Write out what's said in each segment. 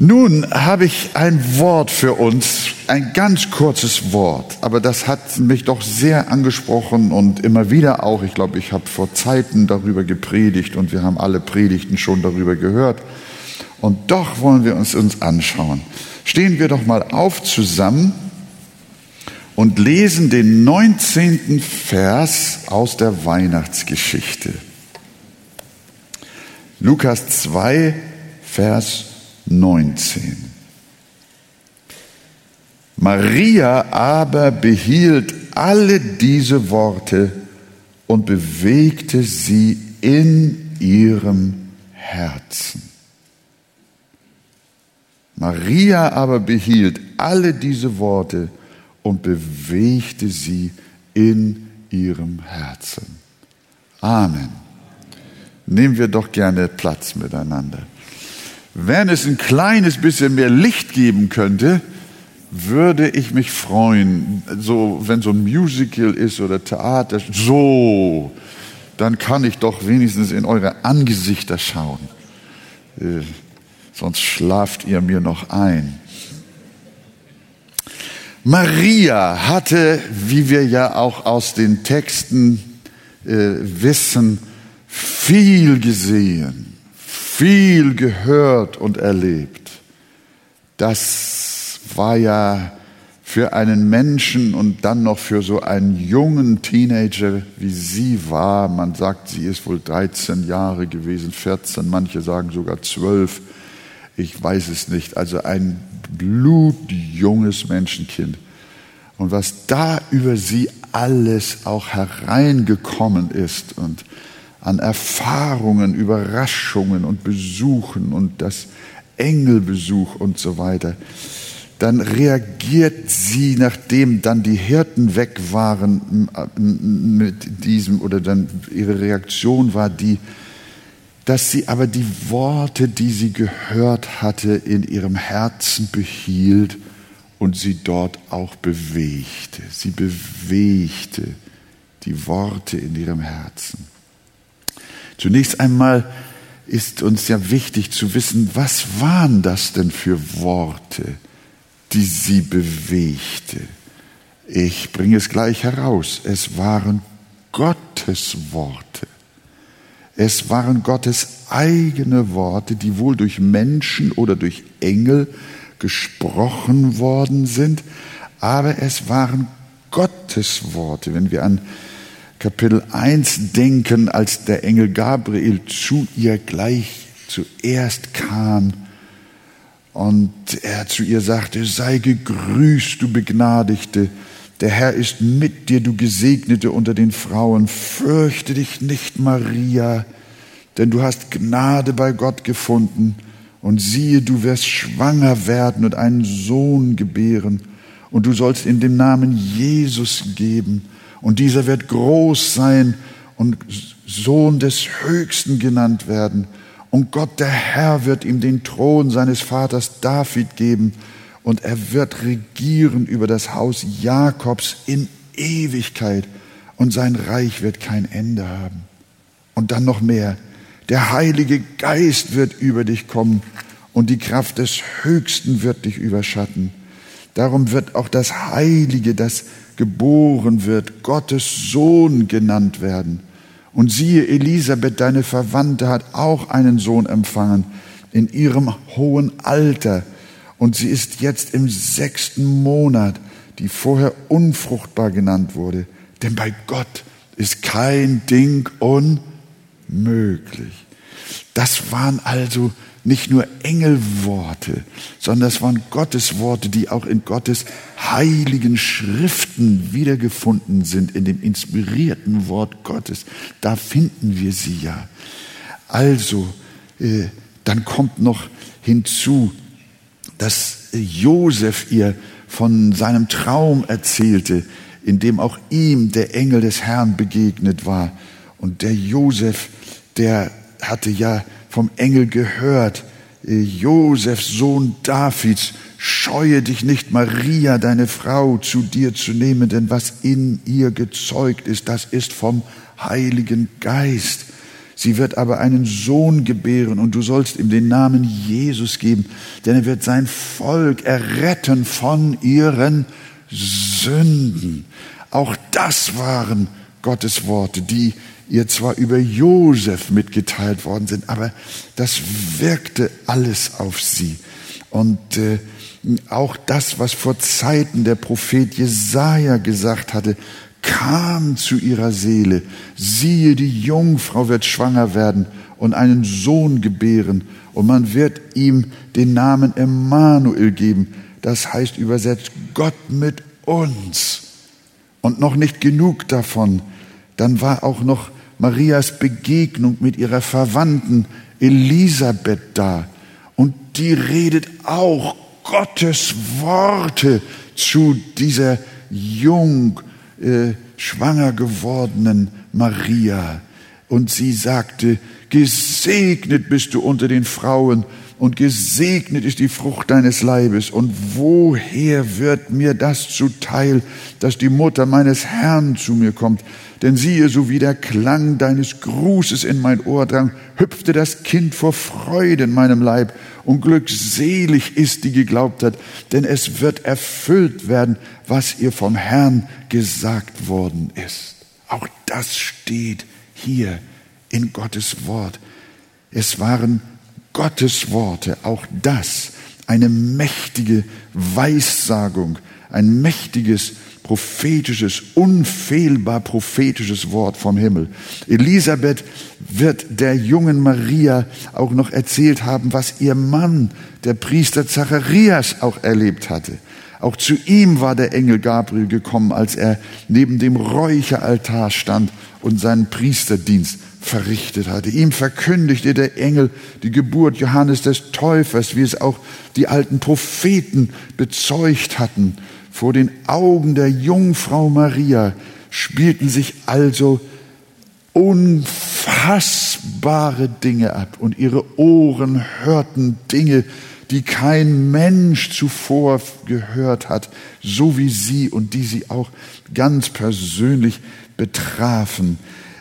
Nun habe ich ein Wort für uns, ein ganz kurzes Wort, aber das hat mich doch sehr angesprochen und immer wieder auch. Ich glaube, ich habe vor Zeiten darüber gepredigt und wir haben alle Predigten schon darüber gehört. Und doch wollen wir uns anschauen. Stehen wir doch mal auf zusammen und lesen den 19. Vers aus der Weihnachtsgeschichte. Lukas 2, Vers 19. Maria aber behielt alle diese Worte und bewegte sie in ihrem Herzen. Maria aber behielt alle diese Worte und bewegte sie in ihrem Herzen. Amen. Nehmen wir doch gerne Platz miteinander. Wenn es ein kleines bisschen mehr Licht geben könnte, würde ich mich freuen, so wenn so ein Musical ist oder Theater, so, dann kann ich doch wenigstens in eure Angesichter schauen. Sonst schlaft ihr mir noch ein. Maria hatte, wie wir ja auch aus den Texten wissen, viel gesehen, viel gehört und erlebt. Das war ja für einen Menschen und dann noch für so einen jungen Teenager, wie sie war. Man sagt, sie ist wohl 13 Jahre gewesen, 14, manche sagen sogar 12. Ich weiß es nicht. Also ein blutjunges Menschenkind. Und was da über sie alles auch hereingekommen ist und an Erfahrungen, Überraschungen und Besuchen und das Engelbesuch und so weiter, dann reagiert sie, nachdem dann die Hirten weg waren mit diesem, oder dann ihre Reaktion war die, dass sie aber die Worte, die sie gehört hatte, in ihrem Herzen behielt und sie dort auch bewegte. Sie bewegte die Worte in ihrem Herzen. Zunächst einmal ist uns ja wichtig zu wissen, was waren das denn für Worte, die sie bewegte? Ich bringe es gleich heraus. Es waren Gottes Worte. Es waren Gottes eigene Worte, die wohl durch Menschen oder durch Engel gesprochen worden sind, aber es waren Gottes Worte. Wenn wir an Kapitel 1 denken, als der Engel Gabriel zu ihr gleich zuerst kam und er zu ihr sagte, sei gegrüßt, du Begnadigte, der Herr ist mit dir, du Gesegnete unter den Frauen, fürchte dich nicht, Maria, denn du hast Gnade bei Gott gefunden und siehe, du wirst schwanger werden und einen Sohn gebären und du sollst ihm den Namen Jesus geben. Und dieser wird groß sein und Sohn des Höchsten genannt werden. Und Gott, der Herr, wird ihm den Thron seines Vaters David geben. Und er wird regieren über das Haus Jakobs in Ewigkeit. Und sein Reich wird kein Ende haben. Und dann noch mehr. Der Heilige Geist wird über dich kommen. Und die Kraft des Höchsten wird dich überschatten. Darum wird auch das Heilige, das geboren wird, Gottes Sohn genannt werden. Und siehe, Elisabeth, deine Verwandte, hat auch einen Sohn empfangen in ihrem hohen Alter. Und sie ist jetzt im 6. Monat, die vorher unfruchtbar genannt wurde. Denn bei Gott ist kein Ding unmöglich. Das waren also nicht nur Engelworte, sondern das waren Gottes Worte, die auch in Gottes heiligen Schriften wiedergefunden sind, in dem inspirierten Wort Gottes. Da finden wir sie ja. Also, dann kommt noch hinzu, dass Josef ihr von seinem Traum erzählte, in dem auch ihm der Engel des Herrn begegnet war. Und der Josef, der hatte ja vom Engel gehört, Josef, Sohn Davids, scheue dich nicht, Maria, deine Frau, zu dir zu nehmen, denn was in ihr gezeugt ist, das ist vom Heiligen Geist. Sie wird aber einen Sohn gebären und du sollst ihm den Namen Jesus geben, denn er wird sein Volk erretten von ihren Sünden. Auch das waren Gottes Worte, die ihr zwar über Josef mitgeteilt worden sind, aber das wirkte alles auf sie. Und auch das, was vor Zeiten der Prophet Jesaja gesagt hatte, kam zu ihrer Seele. Siehe, die Jungfrau wird schwanger werden und einen Sohn gebären, und man wird ihm den Namen Emmanuel geben. Das heißt übersetzt Gott mit uns. Und noch nicht genug davon. Dann war auch noch Marias Begegnung mit ihrer Verwandten Elisabeth da. Und die redet auch Gottes Worte zu dieser schwanger gewordenen Maria. Und sie sagte, gesegnet bist du unter den Frauen und gesegnet ist die Frucht deines Leibes. Und woher wird mir das zuteil, dass die Mutter meines Herrn zu mir kommt? Denn siehe, so wie der Klang deines Grußes in mein Ohr drang, hüpfte das Kind vor Freude in meinem Leib. Und glückselig ist, die geglaubt hat, denn es wird erfüllt werden, was ihr vom Herrn gesagt worden ist. Auch das steht hier in Gottes Wort. Es waren Gottes Worte, auch das, eine mächtige Weissagung, ein mächtiges prophetisches, unfehlbar prophetisches Wort vom Himmel. Elisabeth wird der jungen Maria auch noch erzählt haben, was ihr Mann, der Priester Zacharias, auch erlebt hatte. Auch zu ihm war der Engel Gabriel gekommen, als er neben dem Räucheraltar stand und seinen Priesterdienst verrichtet hatte. Ihm verkündigte der Engel die Geburt Johannes des Täufers, wie es auch die alten Propheten bezeugt hatten. Vor den Augen der Jungfrau Maria spielten sich also unfassbare Dinge ab und ihre Ohren hörten Dinge, die kein Mensch zuvor gehört hat, so wie sie und die sie auch ganz persönlich betrafen.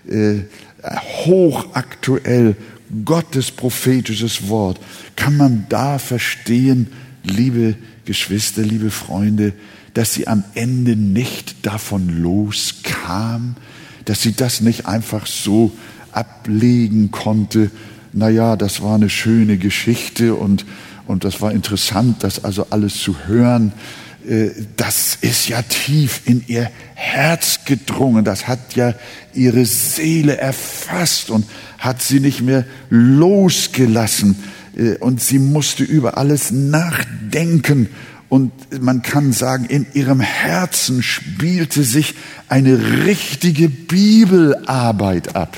Hochaktuell, Gottes prophetisches Wort. Kann man da verstehen, liebe Geschwister, liebe Freunde, dass sie am Ende nicht davon loskam, dass sie das nicht einfach so ablegen konnte. Naja, das war eine schöne Geschichte und das war interessant, das also alles zu hören. Das ist ja tief in ihr Herz gedrungen. Das hat ja ihre Seele erfasst und hat sie nicht mehr losgelassen. Und sie musste über alles nachdenken. Und man kann sagen, in ihrem Herzen spielte sich eine richtige Bibelarbeit ab.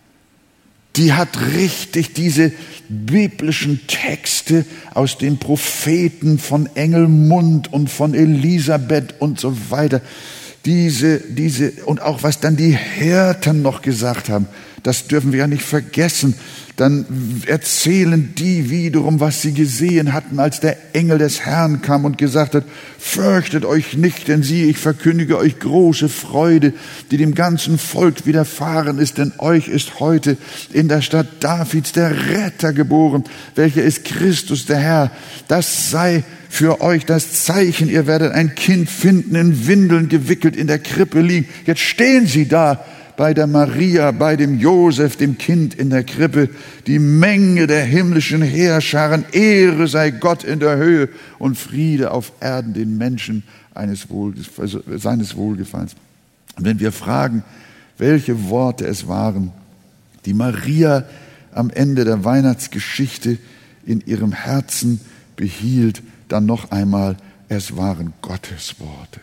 Die hat richtig diese biblischen Texte aus den Propheten von Engelmund und von Elisabeth und so weiter. Diese und auch was dann die Hirten noch gesagt haben, das dürfen wir ja nicht vergessen. Dann erzählen die wiederum, was sie gesehen hatten, als der Engel des Herrn kam und gesagt hat, fürchtet euch nicht, denn siehe, ich verkündige euch große Freude, die dem ganzen Volk widerfahren ist, denn euch ist heute in der Stadt Davids der Retter geboren, welcher ist Christus der Herr. Das sei für euch das Zeichen, ihr werdet ein Kind finden, in Windeln gewickelt, in der Krippe liegen. Jetzt stehen sie da, bei der Maria, bei dem Josef, dem Kind in der Krippe, die Menge der himmlischen Heerscharen, Ehre sei Gott in der Höhe und Friede auf Erden den Menschen seines Wohlgefallens. Und wenn wir fragen, welche Worte es waren, die Maria am Ende der Weihnachtsgeschichte in ihrem Herzen behielt, dann noch einmal, es waren Gottes Worte.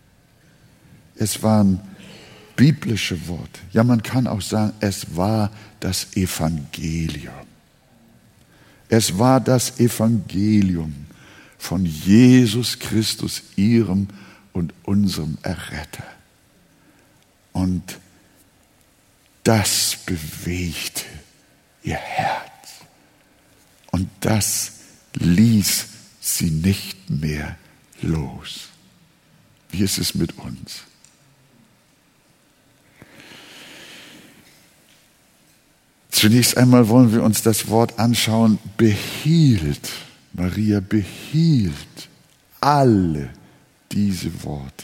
Es waren biblische Worte. Ja, man kann auch sagen, es war das Evangelium. Es war das Evangelium von Jesus Christus, ihrem und unserem Erretter. Und das bewegte ihr Herz. Und das ließ sie nicht mehr los. Wie ist es mit uns? Zunächst einmal wollen wir uns das Wort anschauen, behielt. Maria behielt alle diese Worte.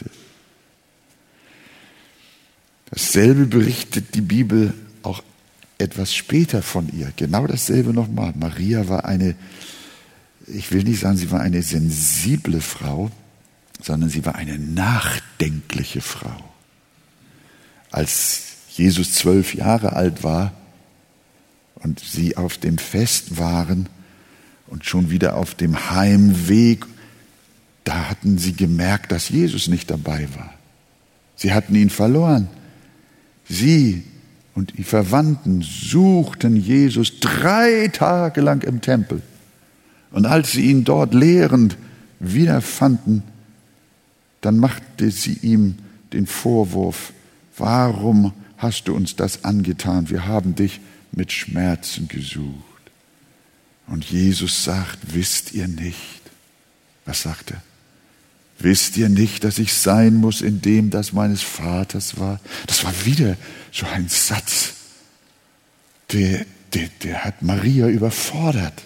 Dasselbe berichtet die Bibel auch etwas später von ihr. Genau dasselbe nochmal. Maria war ich will nicht sagen, sie war eine sensible Frau, sondern sie war eine nachdenkliche Frau. Als Jesus 12 Jahre alt war und sie auf dem Fest waren und schon wieder auf dem Heimweg, da hatten sie gemerkt, dass Jesus nicht dabei war. Sie hatten ihn verloren. Sie und die Verwandten suchten Jesus 3 Tage lang im Tempel. Und als sie ihn dort lehrend wiederfanden, dann machte sie ihm den Vorwurf, warum hast du uns das angetan? Wir haben dich mit Schmerzen gesucht. Und Jesus sagt, wisst ihr nicht? Was sagt er? Wisst ihr nicht, dass ich sein muss in dem, das meines Vaters war? Das war wieder so ein Satz, der hat Maria überfordert.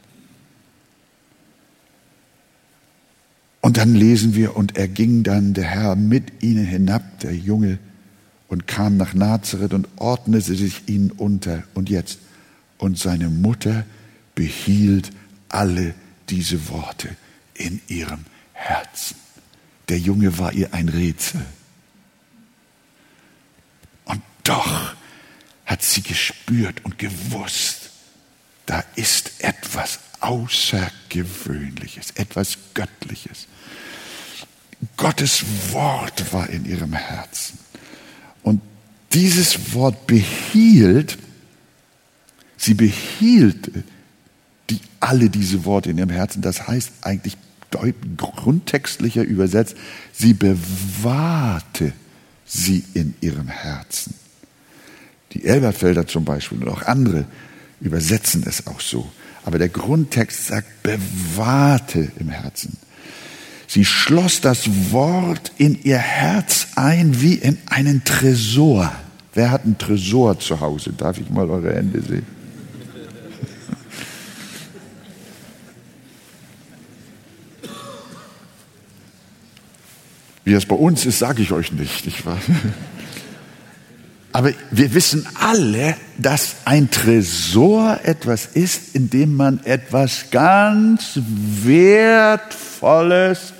Und dann lesen wir, und er ging dann, der Herr, mit ihnen hinab, der Junge, und kam nach Nazareth und ordnete sich ihnen unter. Und jetzt, und seine Mutter behielt alle diese Worte in ihrem Herzen. Der Junge war ihr ein Rätsel. Und doch hat sie gespürt und gewusst, da ist etwas Außergewöhnliches, etwas Göttliches. Gottes Wort war in ihrem Herzen. Und dieses Wort behielt, sie behielt alle diese Worte in ihrem Herzen. Das heißt eigentlich grundtextlicher übersetzt, sie bewahrte sie in ihrem Herzen. Die Elberfelder zum Beispiel und auch andere übersetzen es auch so. Aber der Grundtext sagt, bewahrte im Herzen. Sie schloss das Wort in ihr Herz ein wie in einen Tresor. Wer hat einen Tresor zu Hause? Darf ich mal eure Hände sehen? Wie das bei uns ist, sage ich euch nicht. Aber wir wissen alle, dass ein Tresor etwas ist, in dem man etwas ganz Wertvolles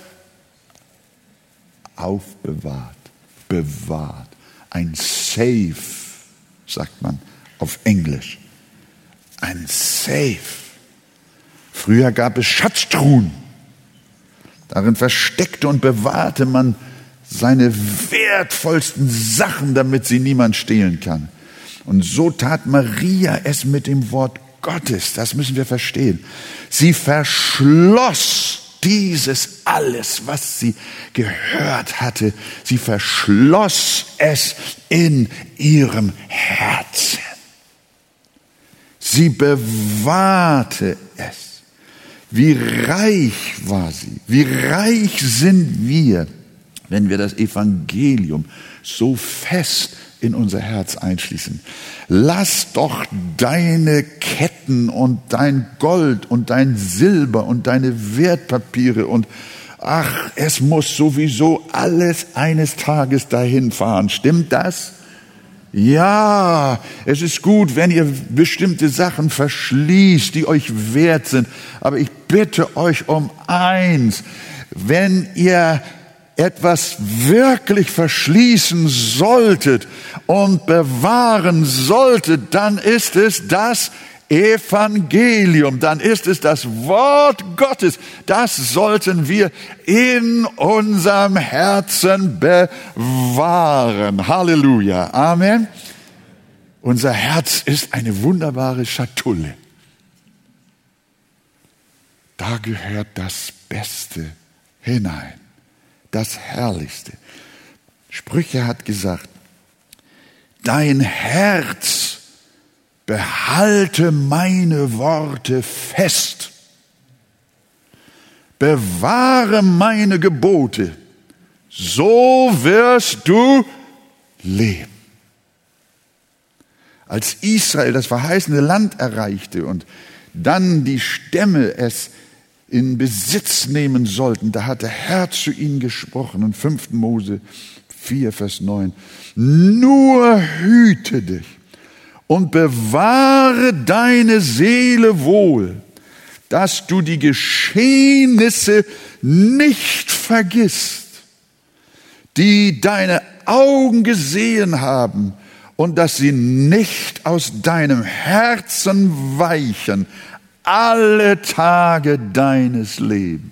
aufbewahrt, bewahrt. Ein Safe, sagt man auf Englisch. Ein Safe. Früher gab es Schatztruhen. Darin versteckte und bewahrte man seine wertvollsten Sachen, damit sie niemand stehlen kann. Und so tat Maria es mit dem Wort Gottes. Das müssen wir verstehen. Sie verschloss dieses alles, was sie gehört hatte. Sie verschloss es in ihrem Herzen. Sie bewahrte es. Wie reich war sie? Wie reich sind wir, wenn wir das Evangelium so fest in unser Herz einschließen. Lass doch deine Ketten und dein Gold und dein Silber und deine Wertpapiere und es muss sowieso alles eines Tages dahin fahren. Stimmt das? Ja, es ist gut, wenn ihr bestimmte Sachen verschließt, die euch wert sind. Aber ich bitte euch um eins, wenn ihr etwas wirklich verschließen solltet und bewahren solltet, dann ist es das Evangelium, dann ist es das Wort Gottes. Das sollten wir in unserem Herzen bewahren. Halleluja. Amen. Unser Herz ist eine wunderbare Schatulle. Da gehört das Beste hinein. Das Herrlichste. Sprüche hat gesagt, dein Herz behalte meine Worte fest. Bewahre meine Gebote. So wirst du leben. Als Israel das verheißene Land erreichte und dann die Stämme es in Besitz nehmen sollten, da hat der Herr zu ihnen gesprochen. In 5. Mose 4, Vers 9. Nur hüte dich und bewahre deine Seele wohl, dass du die Geschehnisse nicht vergisst, die deine Augen gesehen haben, und dass sie nicht aus deinem Herzen weichen, alle Tage deines Lebens.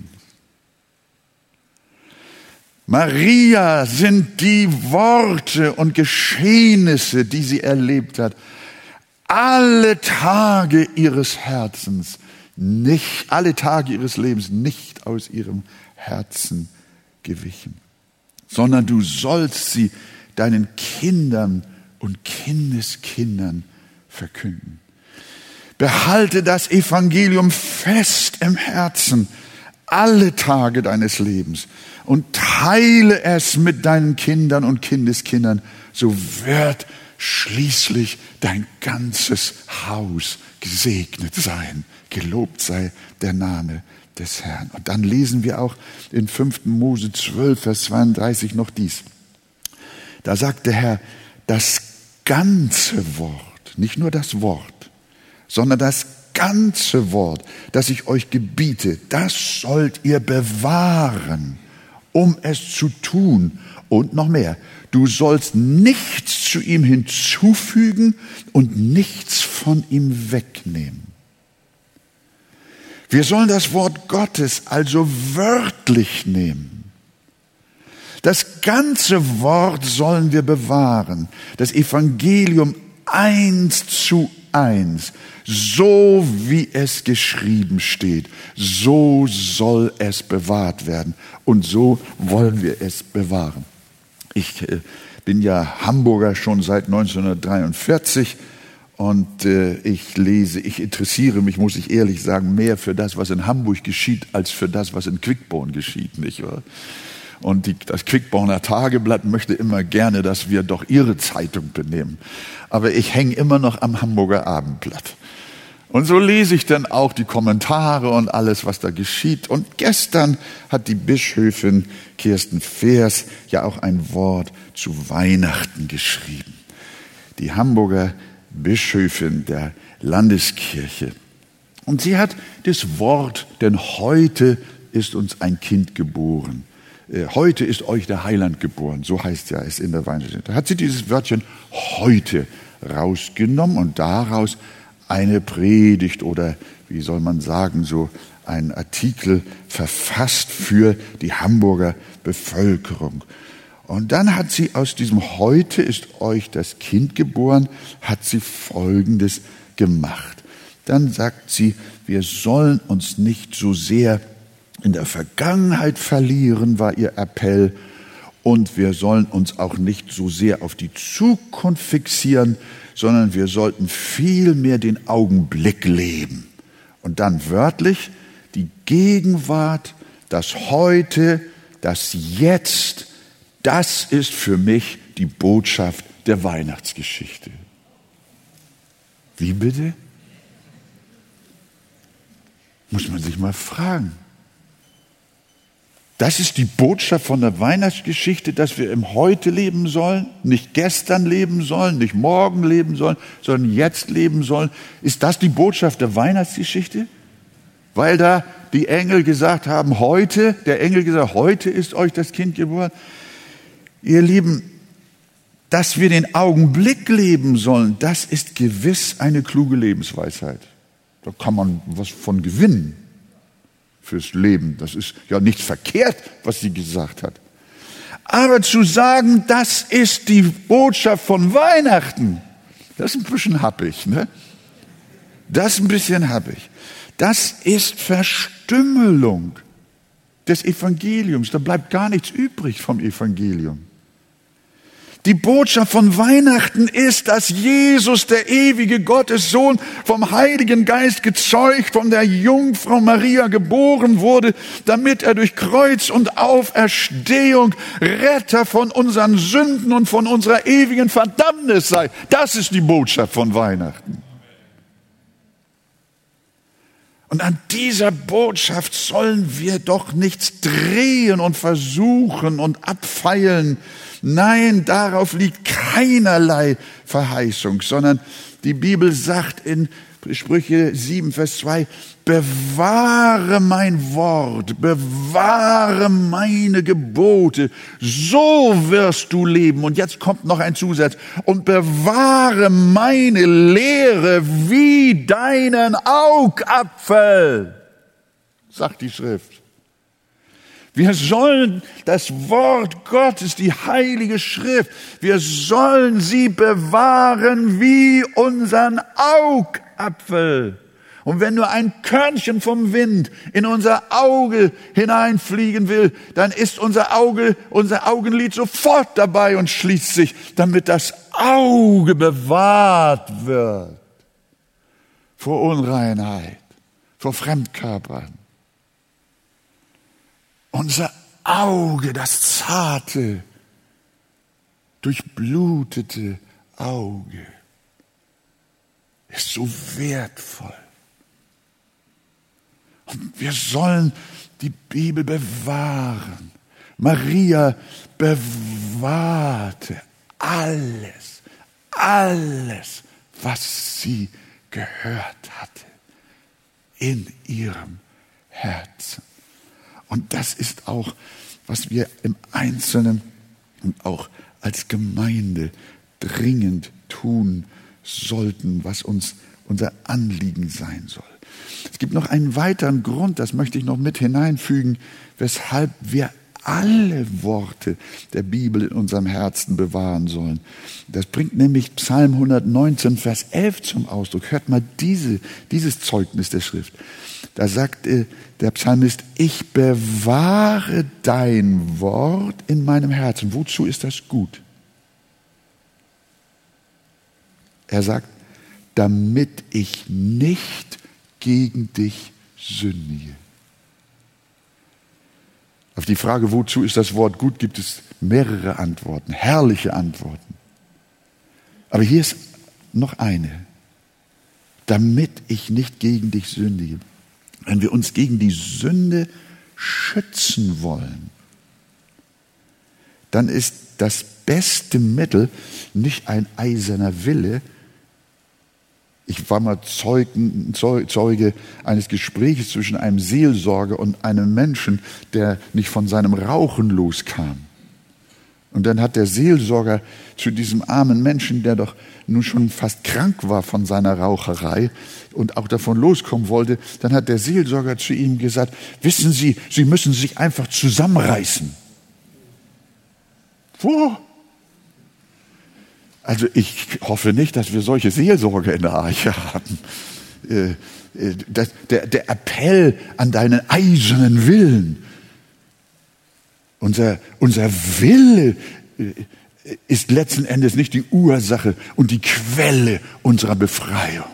Maria sind die Worte und Geschehnisse, die sie erlebt hat, alle Tage ihres Herzens, alle Tage ihres Lebens nicht aus ihrem Herzen gewichen, sondern du sollst sie deinen Kindern und Kindeskindern verkünden. Behalte das Evangelium fest im Herzen alle Tage deines Lebens und teile es mit deinen Kindern und Kindeskindern, so wird schließlich dein ganzes Haus gesegnet sein. Gelobt sei der Name des Herrn. Und dann lesen wir auch in 5. Mose 12, Vers 32 noch dies. Da sagt der Herr, das ganze Wort, nicht nur das Wort, sondern das ganze Wort, das ich euch gebiete, das sollt ihr bewahren, um es zu tun. Und noch mehr, du sollst nichts zu ihm hinzufügen und nichts von ihm wegnehmen. Wir sollen das Wort Gottes also wörtlich nehmen. Das ganze Wort sollen wir bewahren. Das Evangelium 1:1. So wie es geschrieben steht, so soll es bewahrt werden. Und so wollen wir es bewahren. Ich bin ja Hamburger schon seit 1943 und ich interessiere mich, muss ich ehrlich sagen, mehr für das, was in Hamburg geschieht, als für das, was in Quickborn geschieht, nicht wahr? Und das Quickborner Tageblatt möchte immer gerne, dass wir doch ihre Zeitung benehmen. Aber ich hänge immer noch am Hamburger Abendblatt. Und so lese ich dann auch die Kommentare und alles, was da geschieht. Und gestern hat die Bischöfin Kirsten Feers ja auch ein Wort zu Weihnachten geschrieben. Die Hamburger Bischöfin der Landeskirche. Und sie hat das Wort, denn heute ist uns ein Kind geboren. Heute ist euch der Heiland geboren, so heißt ja es in der Weihnachtsgeschichte. Da hat sie dieses Wörtchen heute rausgenommen und daraus eine Predigt oder, wie soll man sagen, so einen Artikel verfasst für die Hamburger Bevölkerung. Und dann hat sie aus diesem heute ist euch das Kind geboren, hat sie Folgendes gemacht. Dann sagt sie, wir sollen uns nicht so sehr in der Vergangenheit verlieren, war ihr Appell. Und wir sollen uns auch nicht so sehr auf die Zukunft fixieren, sondern wir sollten viel mehr den Augenblick leben. Und dann wörtlich die Gegenwart, das Heute, das Jetzt, das ist für mich die Botschaft der Weihnachtsgeschichte. Wie bitte? Muss man sich mal fragen. Das ist die Botschaft von der Weihnachtsgeschichte, dass wir im Heute leben sollen, nicht gestern leben sollen, nicht morgen leben sollen, sondern jetzt leben sollen. Ist das die Botschaft der Weihnachtsgeschichte? Weil da die Engel gesagt haben, heute ist euch das Kind geboren. Ihr Lieben, dass wir den Augenblick leben sollen, das ist gewiss eine kluge Lebensweisheit. Da kann man was von gewinnen. Fürs Leben. Das ist ja nichts verkehrt, was sie gesagt hat. Aber zu sagen, das ist die Botschaft von Weihnachten, das ist ein bisschen happig, ne? Das ist ein bisschen happig. Das ist Verstümmelung des Evangeliums. Da bleibt gar nichts übrig vom Evangelium. Die Botschaft von Weihnachten ist, dass Jesus, der ewige Gottessohn, vom Heiligen Geist gezeugt, von der Jungfrau Maria geboren wurde, damit er durch Kreuz und Auferstehung Retter von unseren Sünden und von unserer ewigen Verdammnis sei. Das ist die Botschaft von Weihnachten. Und an dieser Botschaft sollen wir doch nichts drehen und versuchen und abfeilen. Nein, darauf liegt keinerlei Verheißung, sondern die Bibel sagt in Sprüche 7, Vers 2, bewahre mein Wort, bewahre meine Gebote, so wirst du leben. Und jetzt kommt noch ein Zusatz, und bewahre meine Lehre wie deinen Augapfel, sagt die Schrift. Wir sollen das Wort Gottes, die Heilige Schrift, wir sollen sie bewahren wie unseren Augapfel. Und wenn nur ein Körnchen vom Wind in unser Auge hineinfliegen will, dann ist unser Augenlid sofort dabei und schließt sich, damit das Auge bewahrt wird vor Unreinheit, vor Fremdkörpern. Unser Auge, das zarte, durchblutete Auge, ist so wertvoll. Und wir sollen die Bibel bewahren. Maria bewahrte alles, was sie gehört hatte, in ihrem Herzen. Und das ist auch, was wir im Einzelnen und auch als Gemeinde dringend tun sollten, was uns unser Anliegen sein soll. Es gibt noch einen weiteren Grund, das möchte ich noch mit hineinfügen, weshalb wir alle Worte der Bibel in unserem Herzen bewahren sollen. Das bringt nämlich Psalm 119, Vers 11 zum Ausdruck. Hört mal dieses Zeugnis der Schrift. Da sagt der Psalmist, ich bewahre dein Wort in meinem Herzen. Wozu ist das gut? Er sagt, damit ich nicht gegen dich sündige. Auf die Frage, wozu ist das Wort gut, gibt es mehrere Antworten, herrliche Antworten. Aber hier ist noch eine. Damit ich nicht gegen dich sündige. Wenn wir uns gegen die Sünde schützen wollen, dann ist das beste Mittel nicht ein eiserner Wille. Ich war mal Zeuge eines Gesprächs zwischen einem Seelsorger und einem Menschen, der nicht von seinem Rauchen loskam. Und dann hat der Seelsorger zu diesem armen Menschen, der doch nun schon fast krank war von seiner Raucherei und auch davon loskommen wollte, dann hat der Seelsorger zu ihm gesagt, wissen Sie, Sie müssen sich einfach zusammenreißen. Wo? Also ich hoffe nicht, dass wir solche Seelsorger in der Arche haben. Der Appell an deinen eisernen Willen. Unser Wille ist letzten Endes nicht die Ursache und die Quelle unserer Befreiung.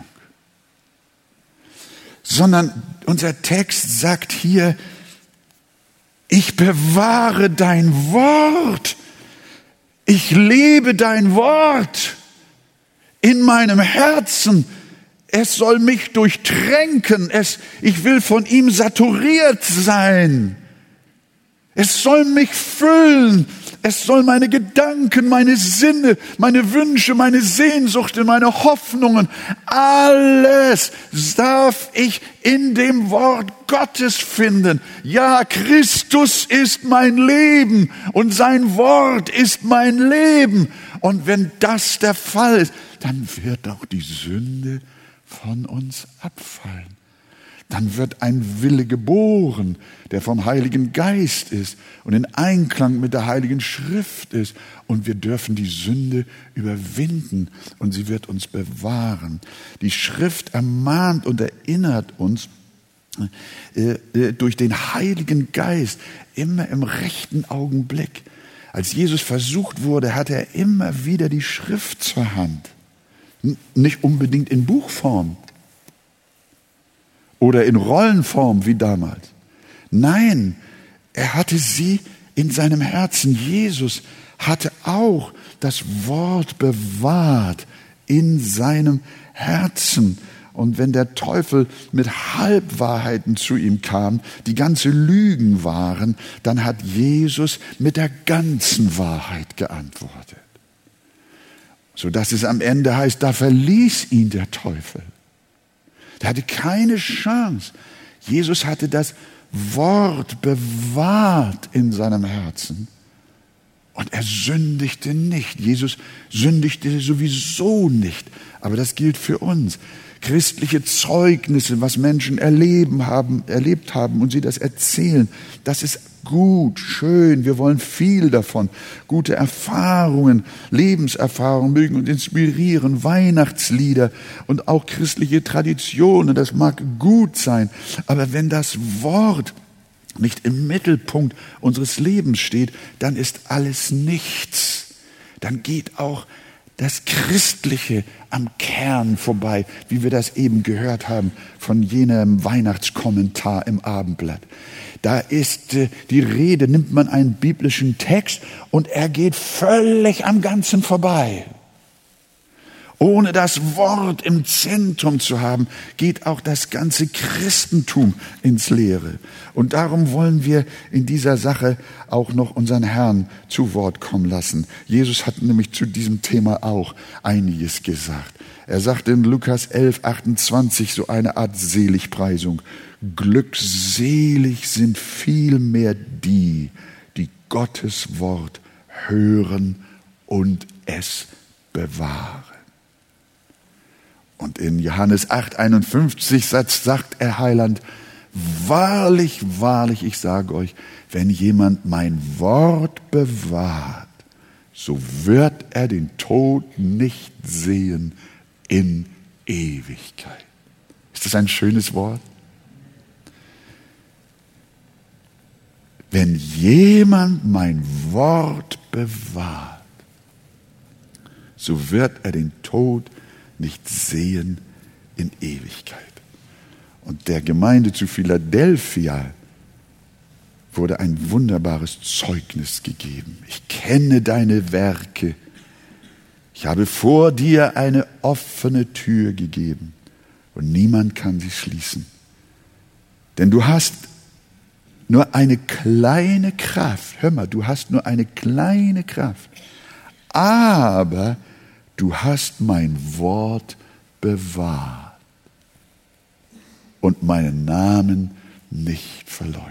Sondern unser Text sagt hier, ich bewahre dein Wort. Ich lebe dein Wort in meinem Herzen. Es soll mich durchtränken. Ich will von ihm saturiert sein. Es soll mich füllen. Es soll meine Gedanken, meine Sinne, meine Wünsche, meine Sehnsüchte, meine Hoffnungen, alles darf ich in dem Wort Gottes finden. Ja, Christus ist mein Leben und sein Wort ist mein Leben. Und wenn das der Fall ist, dann wird auch die Sünde von uns abfallen. Dann wird ein Wille geboren, der vom Heiligen Geist ist und in Einklang mit der Heiligen Schrift ist. Und wir dürfen die Sünde überwinden und sie wird uns bewahren. Die Schrift ermahnt und erinnert uns durch den Heiligen Geist immer im rechten Augenblick Als Jesus versucht wurde, hatte er immer wieder die Schrift zur Hand. Nicht unbedingt in Buchform oder in Rollenform wie damals. Nein, er hatte sie in seinem Herzen. Jesus hatte auch das Wort bewahrt in seinem Herzen. Und wenn der Teufel mit Halbwahrheiten zu ihm kam, die ganze Lügen waren, dann hat Jesus mit der ganzen Wahrheit geantwortet. Sodass es am Ende heißt, da verließ ihn der Teufel. Er hatte keine Chance. Jesus hatte das Wort bewahrt in seinem Herzen. Und er sündigte nicht. Jesus sündigte sowieso nicht. Aber das gilt für uns. Christliche Zeugnisse, was Menschen erlebt haben und sie das erzählen, das ist gut, schön, wir wollen viel davon. Gute Erfahrungen, Lebenserfahrungen mögen uns inspirieren, Weihnachtslieder und auch christliche Traditionen, das mag gut sein. Aber wenn das Wort nicht im Mittelpunkt unseres Lebens steht, dann ist alles nichts. Dann geht auch das Christliche am Kern vorbei, wie wir das eben gehört haben von jenem Weihnachtskommentar im Abendblatt. Da ist die Rede, nimmt man einen biblischen Text und er geht völlig am Ganzen vorbei. Ohne das Wort im Zentrum zu haben, geht auch das ganze Christentum ins Leere. Und darum wollen wir in dieser Sache auch noch unseren Herrn zu Wort kommen lassen. Jesus hat nämlich zu diesem Thema auch einiges gesagt. Er sagt in Lukas 11, 28 so eine Art Seligpreisung. Glückselig sind vielmehr die, die Gottes Wort hören und es bewahren. Und in Johannes 8,51 sagt er Heiland, wahrlich, wahrlich, ich sage euch, wenn jemand mein Wort bewahrt, so wird er den Tod nicht sehen in Ewigkeit. Ist das ein schönes Wort? Wenn jemand mein Wort bewahrt, so wird er den Tod nicht sehen in Ewigkeit. Und der Gemeinde zu Philadelphia wurde ein wunderbares Zeugnis gegeben. Ich kenne deine Werke. Ich habe vor dir eine offene Tür gegeben und niemand kann sie schließen. Denn du hast nur eine kleine Kraft. Hör mal, du hast nur eine kleine Kraft. Aber du hast mein Wort bewahrt und meinen Namen nicht verleugnet.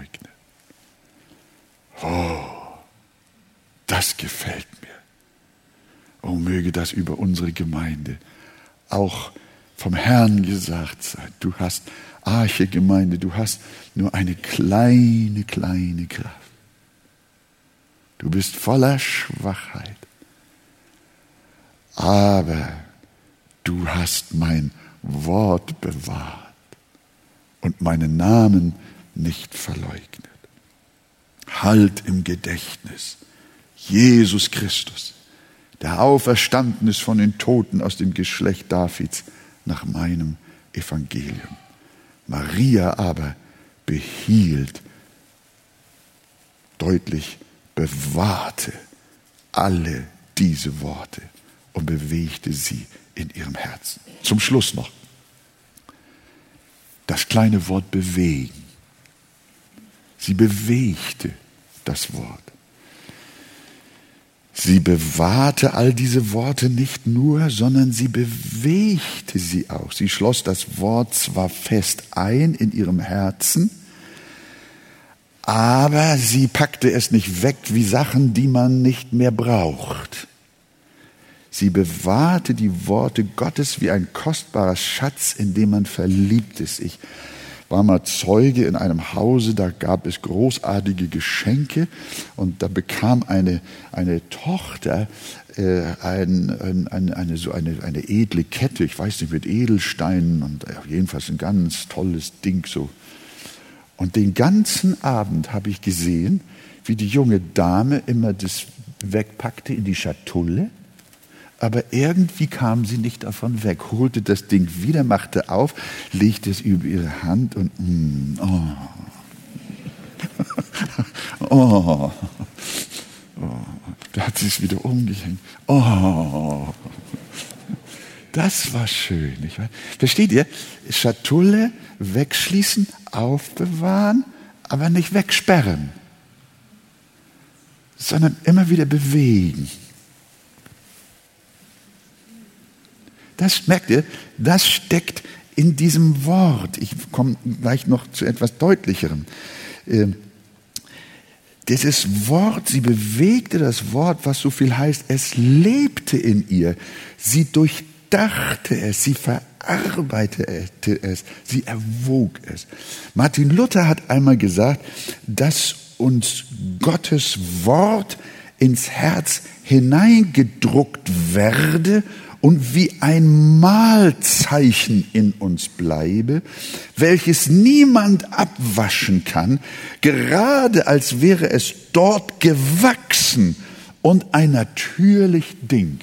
Oh, das gefällt mir. Oh, möge das über unsere Gemeinde auch vom Herrn gesagt sein. Du hast, Arche Gemeinde, du hast nur eine kleine, kleine Kraft. Du bist voller Schwachheit. Aber du hast mein Wort bewahrt und meinen Namen nicht verleugnet. Halt im Gedächtnis, Jesus Christus, der auferstanden ist von den Toten aus dem Geschlecht Davids nach meinem Evangelium. Maria aber behielt, deutlich bewahrte alle diese Worte und bewegte sie in ihrem Herzen. Zum Schluss noch das kleine Wort bewegen. Sie bewegte das Wort. Sie bewahrte all diese Worte nicht nur, sondern sie bewegte sie auch. Sie schloss das Wort zwar fest ein in ihrem Herzen, aber sie packte es nicht weg wie Sachen, die man nicht mehr braucht. Sie bewahrte die Worte Gottes wie ein kostbarer Schatz, in den man verliebt ist. Ich war mal Zeuge in einem Hause, da gab es großartige Geschenke und da bekam eine Tochter eine edle Kette, ich weiß nicht, mit Edelsteinen und jedenfalls ein ganz tolles Ding so. Und den ganzen Abend habe ich gesehen, wie die junge Dame immer das wegpackte in die Schatulle, aber irgendwie kam sie nicht davon weg, holte das Ding wieder, machte auf, legte es über ihre Hand und oh, da hat sie es wieder umgehängt. Oh, das war schön. Nicht wahr? Versteht ihr? Schatulle wegschließen, aufbewahren, aber nicht wegsperren, sondern immer wieder bewegen. Das merkt ihr, das steckt in diesem Wort. Ich komme gleich noch zu etwas Deutlicherem. Dieses Wort, sie bewegte das Wort, was so viel heißt, es lebte in ihr. Sie durchdachte es, sie verarbeitete es, sie erwog es. Martin Luther hat einmal gesagt, dass uns Gottes Wort ins Herz hineingedruckt werde und wie ein Malzeichen in uns bleibe, welches niemand abwaschen kann, gerade als wäre es dort gewachsen und ein natürlich Ding.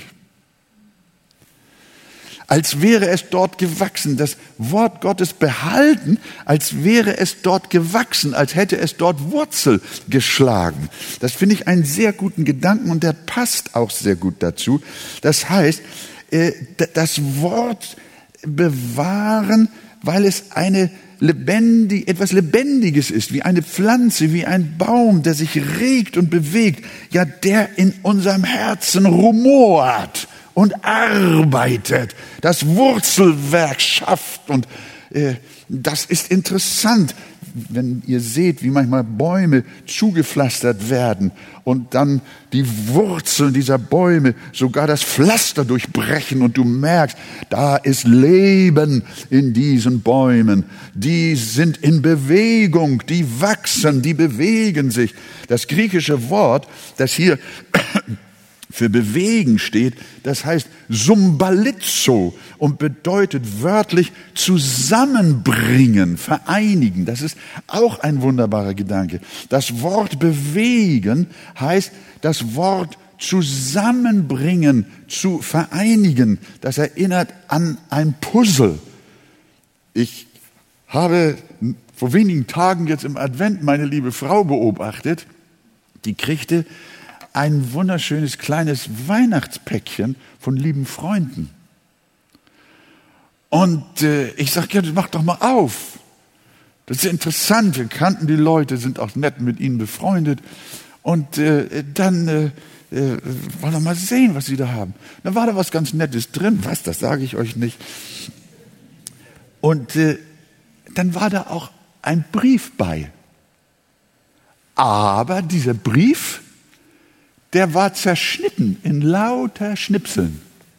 Als wäre es dort gewachsen, das Wort Gottes behalten, als wäre es dort gewachsen, als hätte es dort Wurzel geschlagen. Das finde ich einen sehr guten Gedanken und der passt auch sehr gut dazu. Das heißt, das Wort bewahren, weil es etwas Lebendiges ist, wie eine Pflanze, wie ein Baum, der sich regt und bewegt, ja, der in unserem Herzen rumort und arbeitet, das Wurzelwerk schafft. Und das ist interessant, wenn ihr seht, wie manchmal Bäume zugepflastert werden und dann die Wurzeln dieser Bäume sogar das Pflaster durchbrechen und du merkst, da ist Leben in diesen Bäumen. Die sind in Bewegung, die wachsen, die bewegen sich. Das griechische Wort, das hier für bewegen steht, das heißt Symbalizo und bedeutet wörtlich zusammenbringen, vereinigen. Das ist auch ein wunderbarer Gedanke. Das Wort bewegen heißt das Wort zusammenbringen, zu vereinigen. Das erinnert an ein Puzzle. Ich habe vor wenigen Tagen jetzt im Advent meine liebe Frau beobachtet, die kriegte ein wunderschönes kleines Weihnachtspäckchen von lieben Freunden. Und ich sage, ja, mach doch mal auf. Das ist interessant, wir kannten die Leute, sind auch nett mit ihnen befreundet. Und dann wollen wir mal sehen, was sie da haben. Da war da was ganz Nettes drin. Was, das sage ich euch nicht. Und dann war da auch ein Brief bei. Aber dieser Brief, der war zerschnitten in lauter Schnipseln.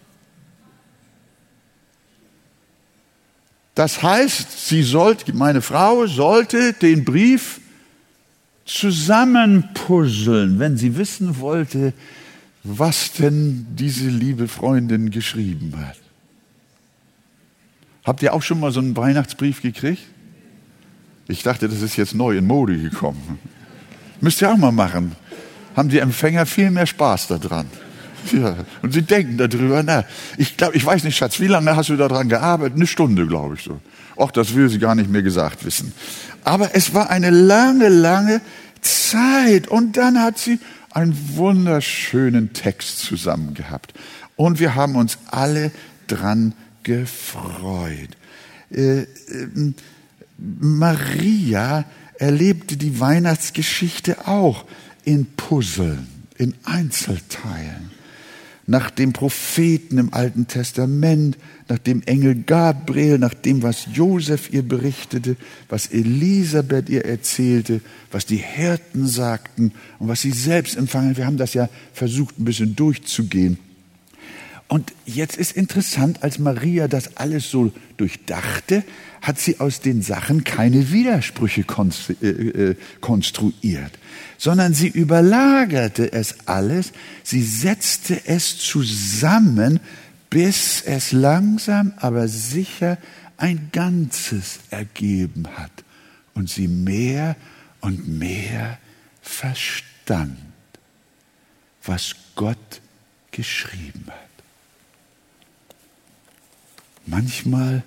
Das heißt, meine Frau sollte den Brief zusammenpuzzeln, wenn sie wissen wollte, was denn diese liebe Freundin geschrieben hat. Habt ihr auch schon mal so einen Weihnachtsbrief gekriegt? Ich dachte, das ist jetzt neu in Mode gekommen. Müsst ihr auch mal machen. Haben die Empfänger viel mehr Spaß daran. Ja, und sie denken darüber nach. Ich weiß nicht, Schatz, wie lange hast du daran gearbeitet? 1 Stunde, glaube ich so. Och, das will sie gar nicht mehr gesagt wissen. Aber es war eine lange, lange Zeit. Und dann hat sie einen wunderschönen Text zusammen gehabt. Und wir haben uns alle dran gefreut. Maria erlebte die Weihnachtsgeschichte auch in Puzzeln, in Einzelteilen. Nach dem Propheten im Alten Testament, nach dem Engel Gabriel, nach dem, was Josef ihr berichtete, was Elisabeth ihr erzählte, was die Hirten sagten und was sie selbst empfangen. Wir haben das ja versucht, ein bisschen durchzugehen. Und jetzt ist interessant, als Maria das alles so durchdachte, hat sie aus den Sachen keine Widersprüche konstruiert, sondern sie überlagerte es alles, sie setzte es zusammen, bis es langsam, aber sicher ein Ganzes ergeben hat und sie mehr und mehr verstand. was Gott geschrieben hat. Manchmal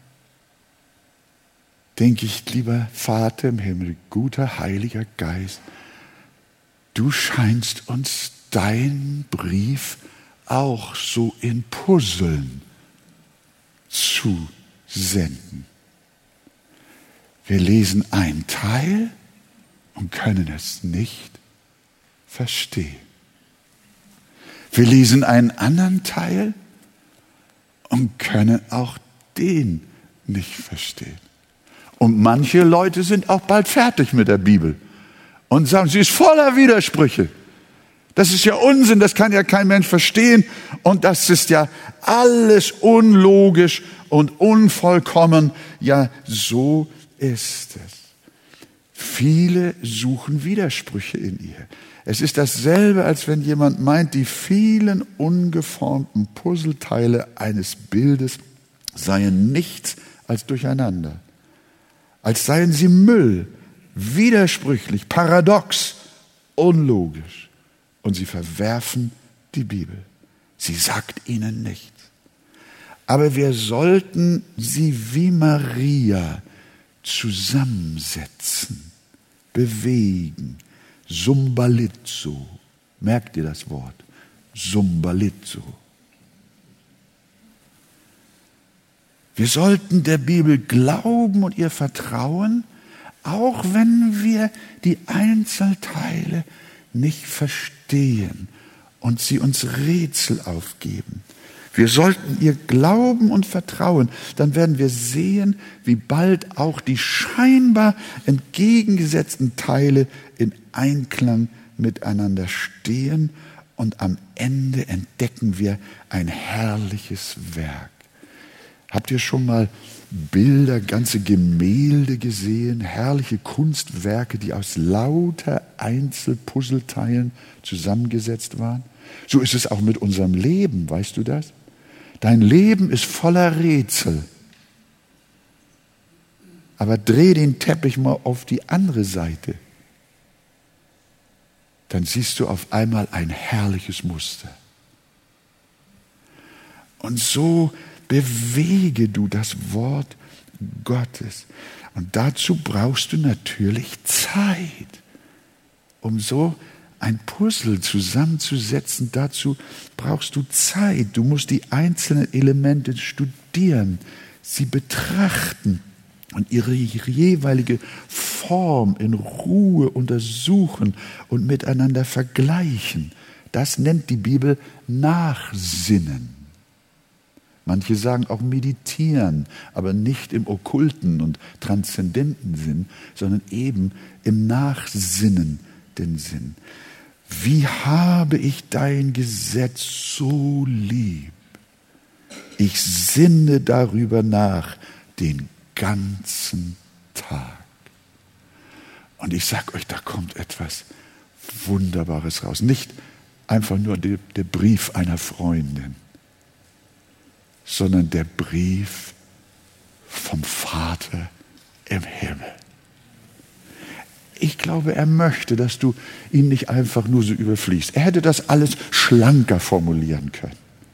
denke ich, lieber Vater im Himmel, guter Heiliger Geist, du scheinst uns deinen Brief auch so in Puzzeln zu senden. Wir lesen einen Teil und können es nicht verstehen. Wir lesen einen anderen Teil und können auch den nicht verstehen. Und manche Leute sind auch bald fertig mit der Bibel und sagen, sie ist voller Widersprüche. Das ist ja Unsinn, das kann ja kein Mensch verstehen und das ist ja alles unlogisch und unvollkommen. Ja, so ist es. Viele suchen Widersprüche in ihr. Es ist dasselbe, als wenn jemand meint, die vielen ungeformten Puzzleteile eines Bildes seien nichts als Durcheinander. Als seien sie Müll, widersprüchlich, paradox, unlogisch. Und sie verwerfen die Bibel. Sie sagt ihnen nichts. Aber wir sollten sie wie Maria zusammensetzen, bewegen. Sumbalizo. Merkt ihr das Wort? Sumbalizo. Wir sollten der Bibel glauben und ihr vertrauen, auch wenn wir die Einzelteile nicht verstehen und sie uns Rätsel aufgeben. Wir sollten ihr glauben und vertrauen, dann werden wir sehen, wie bald auch die scheinbar entgegengesetzten Teile in Einklang miteinander stehen und am Ende entdecken wir ein herrliches Werk. Habt ihr schon mal Bilder, ganze Gemälde gesehen, herrliche Kunstwerke, die aus lauter Einzelpuzzleteilen zusammengesetzt waren? So ist es auch mit unserem Leben, weißt du das? Dein Leben ist voller Rätsel. Aber dreh den Teppich mal auf die andere Seite. Dann siehst du auf einmal ein herrliches Muster. Und so bewege du das Wort Gottes. Und dazu brauchst du natürlich Zeit, um so ein Puzzle zusammenzusetzen. Dazu brauchst du Zeit. Du musst die einzelnen Elemente studieren, sie betrachten und ihre jeweilige Form in Ruhe untersuchen und miteinander vergleichen. Das nennt die Bibel Nachsinnen. Manche sagen auch meditieren, aber nicht im okkulten und transzendenten Sinn, sondern eben im nachsinnenden Sinn. Wie habe ich dein Gesetz so lieb? Ich sinne darüber nach den ganzen Tag. Und ich sage euch, da kommt etwas Wunderbares raus. Nicht einfach nur der Brief einer Freundin, sondern der Brief vom Vater im Himmel. Ich glaube, er möchte, dass du ihn nicht einfach nur so überfliegst. Er hätte das alles schlanker formulieren können.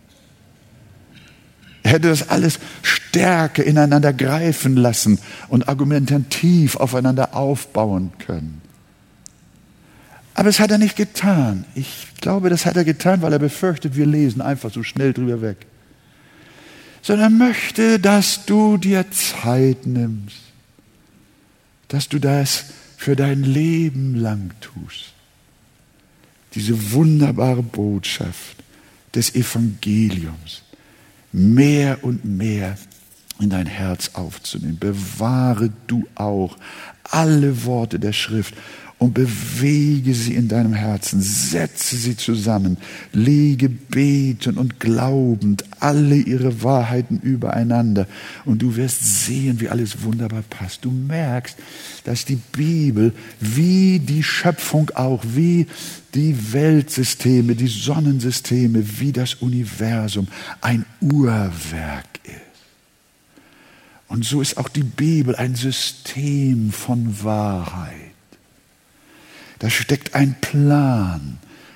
Er hätte das alles stärker ineinander greifen lassen und argumentativ aufeinander aufbauen können. Aber das hat er nicht getan. Ich glaube, das hat er getan, weil er befürchtet, wir lesen einfach so schnell drüber weg. Sondern er möchte, dass du dir Zeit nimmst, dass du das für dein Leben lang tust. Diese wunderbare Botschaft des Evangeliums mehr und mehr in dein Herz aufzunehmen. Bewahre du auch alle Worte der Schrift und bewege sie in deinem Herzen, setze sie zusammen, lege betend und glaubend alle ihre Wahrheiten übereinander und du wirst sehen, wie alles wunderbar passt. Du merkst, dass die Bibel wie die Schöpfung auch, wie die Weltsysteme, die Sonnensysteme, wie das Universum ein Uhrwerk ist. Und so ist auch die Bibel ein System von Wahrheit. Da steckt ein Plan,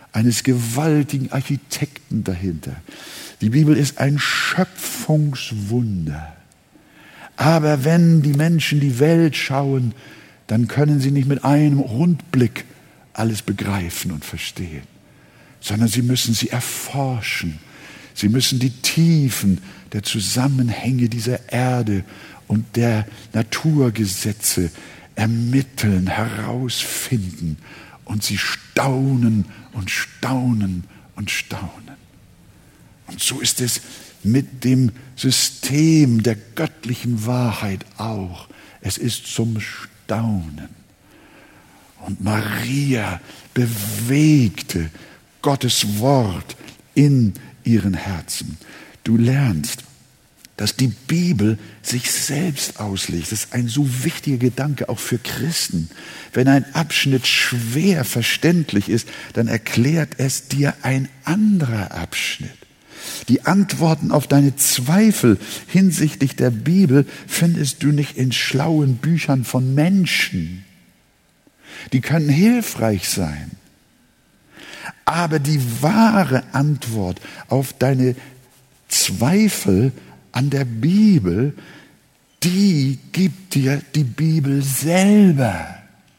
eines gewaltigen Architekten dahinter. Die Bibel ist ein Schöpfungswunder. Aber wenn die Menschen die Welt schauen, dann können sie nicht mit einem Rundblick alles begreifen und verstehen, sondern sie müssen sie erforschen. Sie müssen die Tiefen der Zusammenhänge dieser Erde und der Naturgesetze ermitteln, herausfinden. Und sie staunen und staunen und staunen. Und so ist es mit dem System der göttlichen Wahrheit auch. Es ist zum Staunen. Und Maria bewegte Gottes Wort in ihren Herzen. Du lernst, dass die Bibel sich selbst auslegt. Das ist ein so wichtiger Gedanke, auch für Christen. Wenn ein Abschnitt schwer verständlich ist, dann erklärt es dir ein anderer Abschnitt. Die Antworten auf deine Zweifel hinsichtlich der Bibel findest du nicht in schlauen Büchern von Menschen. Die können hilfreich sein. Aber die wahre Antwort auf deine Zweifel an der Bibel, die gibt dir die Bibel selber.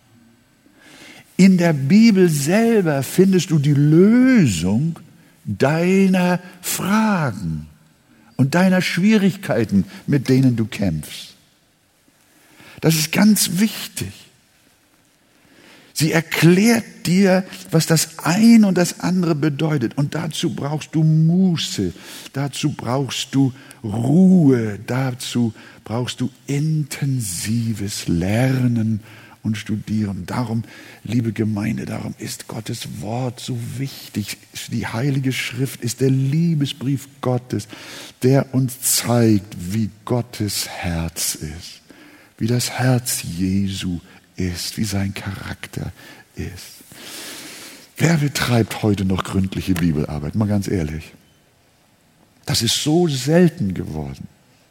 In der Bibel selber findest du die Lösung deiner Fragen und deiner Schwierigkeiten, mit denen du kämpfst. Das ist ganz wichtig. Sie erklärt dir, was das eine und das andere bedeutet. Und dazu brauchst du Muße, dazu brauchst du Ruhe, dazu brauchst du intensives Lernen und Studieren. Darum, liebe Gemeinde, darum ist Gottes Wort so wichtig. Die Heilige Schrift ist der Liebesbrief Gottes, der uns zeigt, wie Gottes Herz ist, wie das Herz Jesu ist, wie sein Charakter ist. Wer betreibt heute noch gründliche Bibelarbeit? Mal ganz ehrlich. Das ist so selten geworden.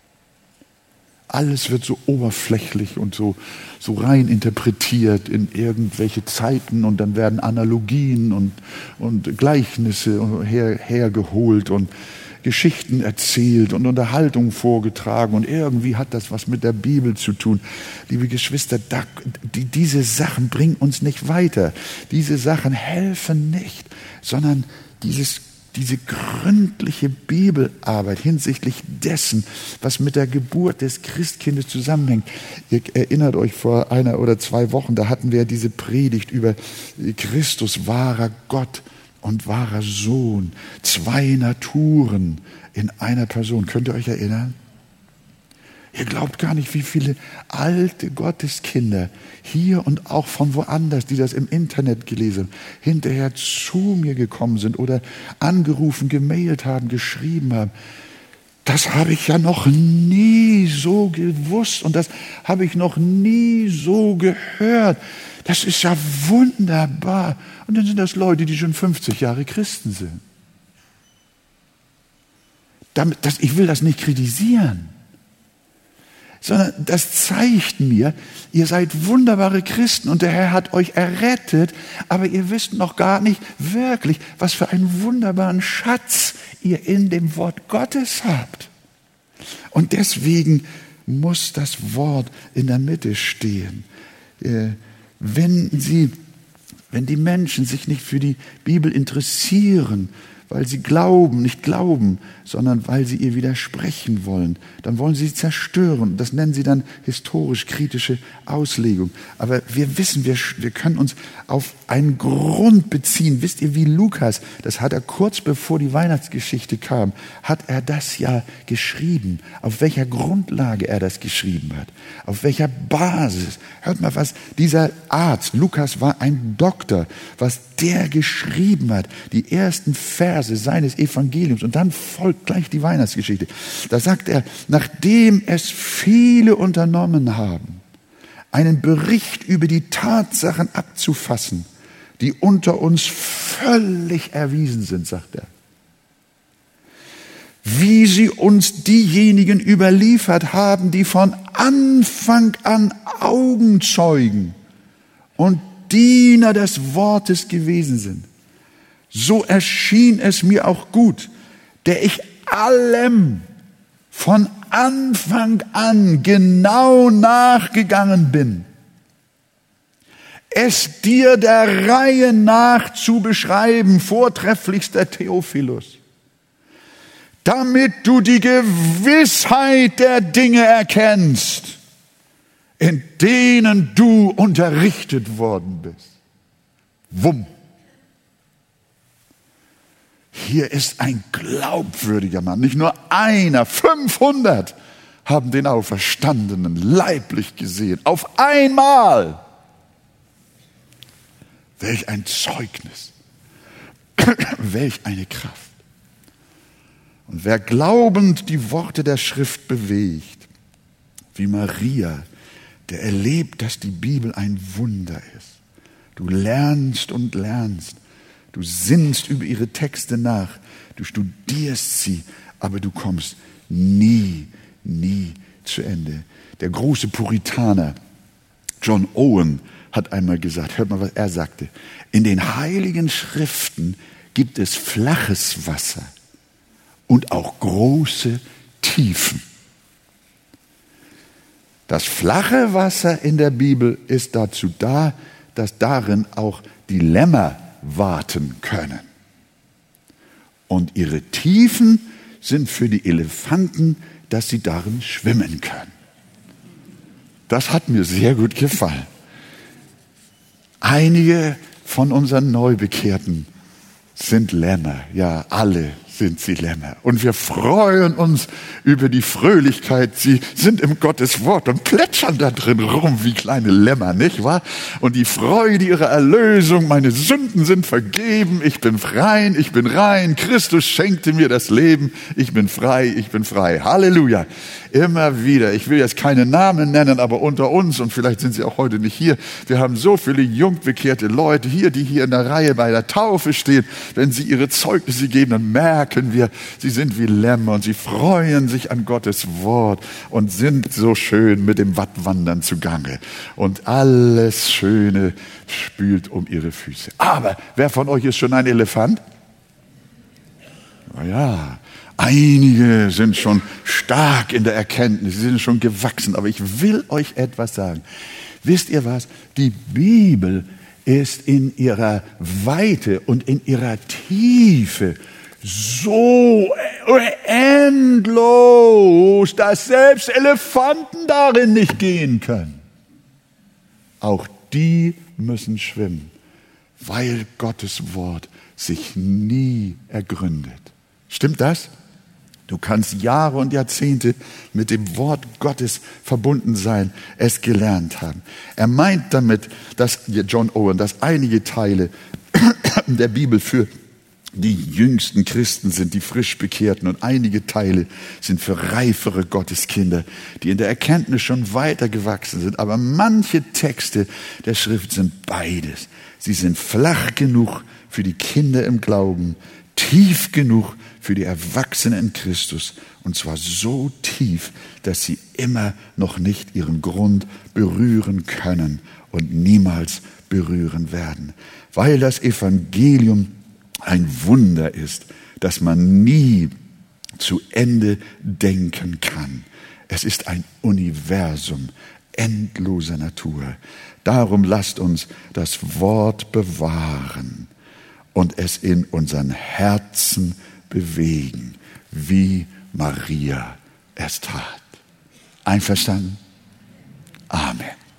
Alles wird so oberflächlich und so rein interpretiert in irgendwelche Zeiten und dann werden Analogien und Gleichnisse hergeholt und Geschichten erzählt und Unterhaltungen vorgetragen und irgendwie hat das was mit der Bibel zu tun. Liebe Geschwister, diese Sachen bringen uns nicht weiter. Diese Sachen helfen nicht, sondern diese gründliche Bibelarbeit hinsichtlich dessen, was mit der Geburt des Christkindes zusammenhängt. Ihr erinnert euch, vor 1 oder 2 Wochen, da hatten wir diese Predigt über Christus, wahrer Gott und wahrer Sohn. 2 Naturen in einer Person. Könnt ihr euch erinnern? Ihr glaubt gar nicht, wie viele alte Gotteskinder hier und auch von woanders, die das im Internet gelesen haben, hinterher zu mir gekommen sind oder angerufen, gemailt haben, geschrieben haben. Das habe ich ja noch nie so gewusst und das habe ich noch nie so gehört. Das ist ja wunderbar. Und dann sind das Leute, die schon 50 Jahre Christen sind. Ich will das nicht kritisieren, sondern das zeigt mir, ihr seid wunderbare Christen und der Herr hat euch errettet, aber ihr wisst noch gar nicht wirklich, was für einen wunderbaren Schatz ihr in dem Wort Gottes habt. Und deswegen muss das Wort in der Mitte stehen. Wenn die Menschen sich nicht für die Bibel interessieren, weil sie nicht glauben, sondern weil sie ihr widersprechen wollen, dann wollen sie zerstören. Das nennen sie dann historisch-kritische Auslegung. Aber wir wissen, wir können uns auf einen Grund beziehen. Wisst ihr, wie Lukas, das hat er kurz bevor die Weihnachtsgeschichte kam, hat er das ja geschrieben. Auf welcher Grundlage er das geschrieben hat. Auf welcher Basis. Hört mal, was dieser Arzt, Lukas war ein Doktor, was der geschrieben hat. Die ersten Verse seines Evangeliums und dann folgt gleich die Weihnachtsgeschichte. Da sagt er, nachdem es viele unternommen haben, einen Bericht über die Tatsachen abzufassen, die unter uns völlig erwiesen sind, sagt er. Wie sie uns diejenigen überliefert haben, die von Anfang an Augenzeugen und Diener des Wortes gewesen sind. so erschien es mir auch gut, der ich allem von Anfang an genau nachgegangen bin, es dir der Reihe nach zu beschreiben, vortrefflichster Theophilus, damit du die Gewissheit der Dinge erkennst, in denen du unterrichtet worden bist. Wumm. Hier ist ein glaubwürdiger Mann, nicht nur einer, 500 haben den Auferstandenen leiblich gesehen, auf einmal. Welch ein Zeugnis, welch eine Kraft. Und wer glaubend die Worte der Schrift bewegt, wie Maria, der erlebt, dass die Bibel ein Wunder ist. Du lernst und lernst, du sinnst über ihre Texte nach, du studierst sie, aber du kommst nie zu Ende. Der große Puritaner John Owen hat einmal gesagt, hört mal, was er sagte, in den heiligen Schriften gibt es flaches Wasser und auch große Tiefen. Das flache Wasser in der Bibel ist dazu da, dass darin auch die Lämmer warten können. Und ihre Tiefen sind für die Elefanten, dass sie darin schwimmen können. Das hat mir sehr gut gefallen. Einige von unseren Neubekehrten sind Lämmer. Ja, alle sind sie Lämmer. Und wir freuen uns über die Fröhlichkeit. Sie sind im Gottes Wort und plätschern da drin rum wie kleine Lämmer, nicht wahr? Und die Freude ihrer Erlösung, meine Sünden sind vergeben, ich bin frei, ich bin rein, Christus schenkte mir das Leben, ich bin frei, Halleluja. Immer wieder, ich will jetzt keine Namen nennen, aber unter uns, und vielleicht sind sie auch heute nicht hier, wir haben so viele jungbekehrte Leute hier, die hier in der Reihe bei der Taufe stehen. Wenn sie ihre Zeugnisse geben, dann merken wir, sie sind wie Lämmer und sie freuen sich an Gottes Wort und sind so schön mit dem Wattwandern zugange. Und alles Schöne spült um ihre Füße. Aber wer von euch ist schon ein Elefant? Na ja, einige sind schon stark in der Erkenntnis, sie sind schon gewachsen. Aber ich will euch etwas sagen. Wisst ihr was? Die Bibel ist in ihrer Weite und in ihrer Tiefe so endlos, dass selbst Elefanten darin nicht gehen können. Auch die müssen schwimmen, weil Gottes Wort sich nie ergründet. Stimmt das? Du kannst Jahre und Jahrzehnte mit dem Wort Gottes verbunden sein, es gelernt haben. Er meint damit, dass John Owen, dass einige Teile der Bibel für die jüngsten Christen sind, die frisch Bekehrten, und einige Teile sind für reifere Gotteskinder, die in der Erkenntnis schon weiter gewachsen sind. Aber manche Texte der Schrift sind beides. Sie sind flach genug für die Kinder im Glauben, tief genug für die Erwachsenen in Christus, und zwar so tief, dass sie immer noch nicht ihren Grund berühren können und niemals berühren werden. Weil das Evangelium ein Wunder ist, das man nie zu Ende denken kann. Es ist ein Universum endloser Natur. Darum lasst uns das Wort bewahren und es in unseren Herzen bewegen, wie Maria es tat. Einverstanden? Amen.